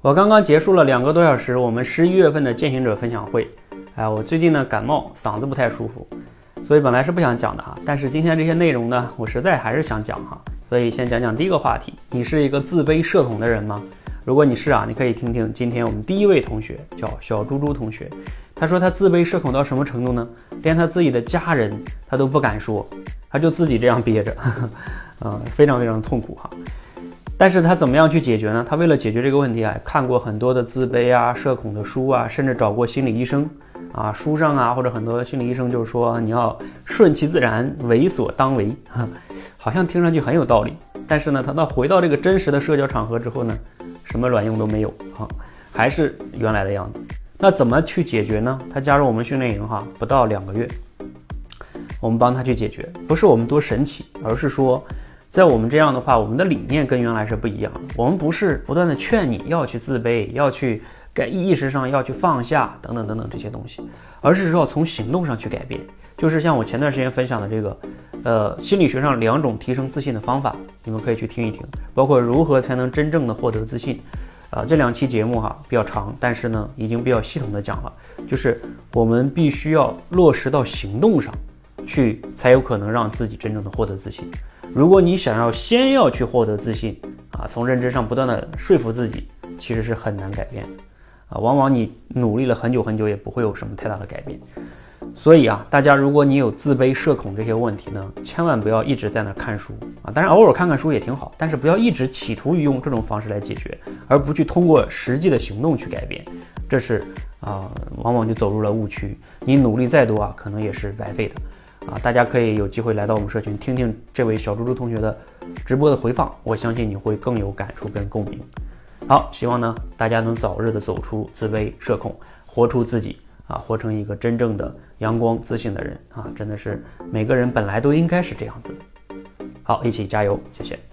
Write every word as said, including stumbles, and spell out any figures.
我刚刚结束了两个多小时我们十一月份的践行者分享会。哎，我最近呢感冒，嗓子不太舒服，所以本来是不想讲的哈，但是今天这些内容呢，我实在还是想讲哈，所以先讲讲第一个话题。你是一个自卑社恐的人吗？如果你是啊，你可以听听今天我们第一位同学叫小猪猪同学，他说他自卑社恐到什么程度呢？连他自己的家人他都不敢说，他就自己这样憋着，呵呵呃，非常非常痛苦哈。但是他怎么样去解决呢？他为了解决这个问题啊，看过很多的自卑啊、社恐的书啊，甚至找过心理医生啊。书上啊，或者很多心理医生就是说，你要顺其自然，为所当为，好像听上去很有道理。但是呢，他到回到这个真实的社交场合之后呢，什么卵用都没有啊，还是原来的样子。那怎么去解决呢？他加入我们训练营哈，不到两个月，我们帮他去解决。不是我们多神奇，而是说，在我们这样的话，我们的理念跟原来是不一样的。我们不是不断的劝你要去自卑，要去改意识上要去放下等等等等这些东西，而是说从行动上去改变。就是像我前段时间分享的这个，呃，心理学上两种提升自信的方法，你们可以去听一听，包括如何才能真正的获得自信。啊、呃，这两期节目哈比较长，但是呢已经比较系统的讲了，就是我们必须要落实到行动上去，才有可能让自己真正的获得自信。如果你想要先要去获得自信啊，从认知上不断的说服自己，其实是很难改变啊，往往你努力了很久很久也不会有什么太大的改变。所以啊，大家如果你有自卑社恐这些问题呢，千万不要一直在那看书啊，当然偶尔看看书也挺好，但是不要一直企图于用这种方式来解决，而不去通过实际的行动去改变，这是啊，往往就走入了误区，你努力再多啊，可能也是白费的。啊，大家可以有机会来到我们社群，听听这位小猪猪同学的直播的回放，我相信你会更有感触跟共鸣。好，希望呢大家能早日的走出自卑社恐，活出自己啊，活成一个真正的阳光自信的人啊！真的是每个人本来都应该是这样子的。好，一起加油，谢谢。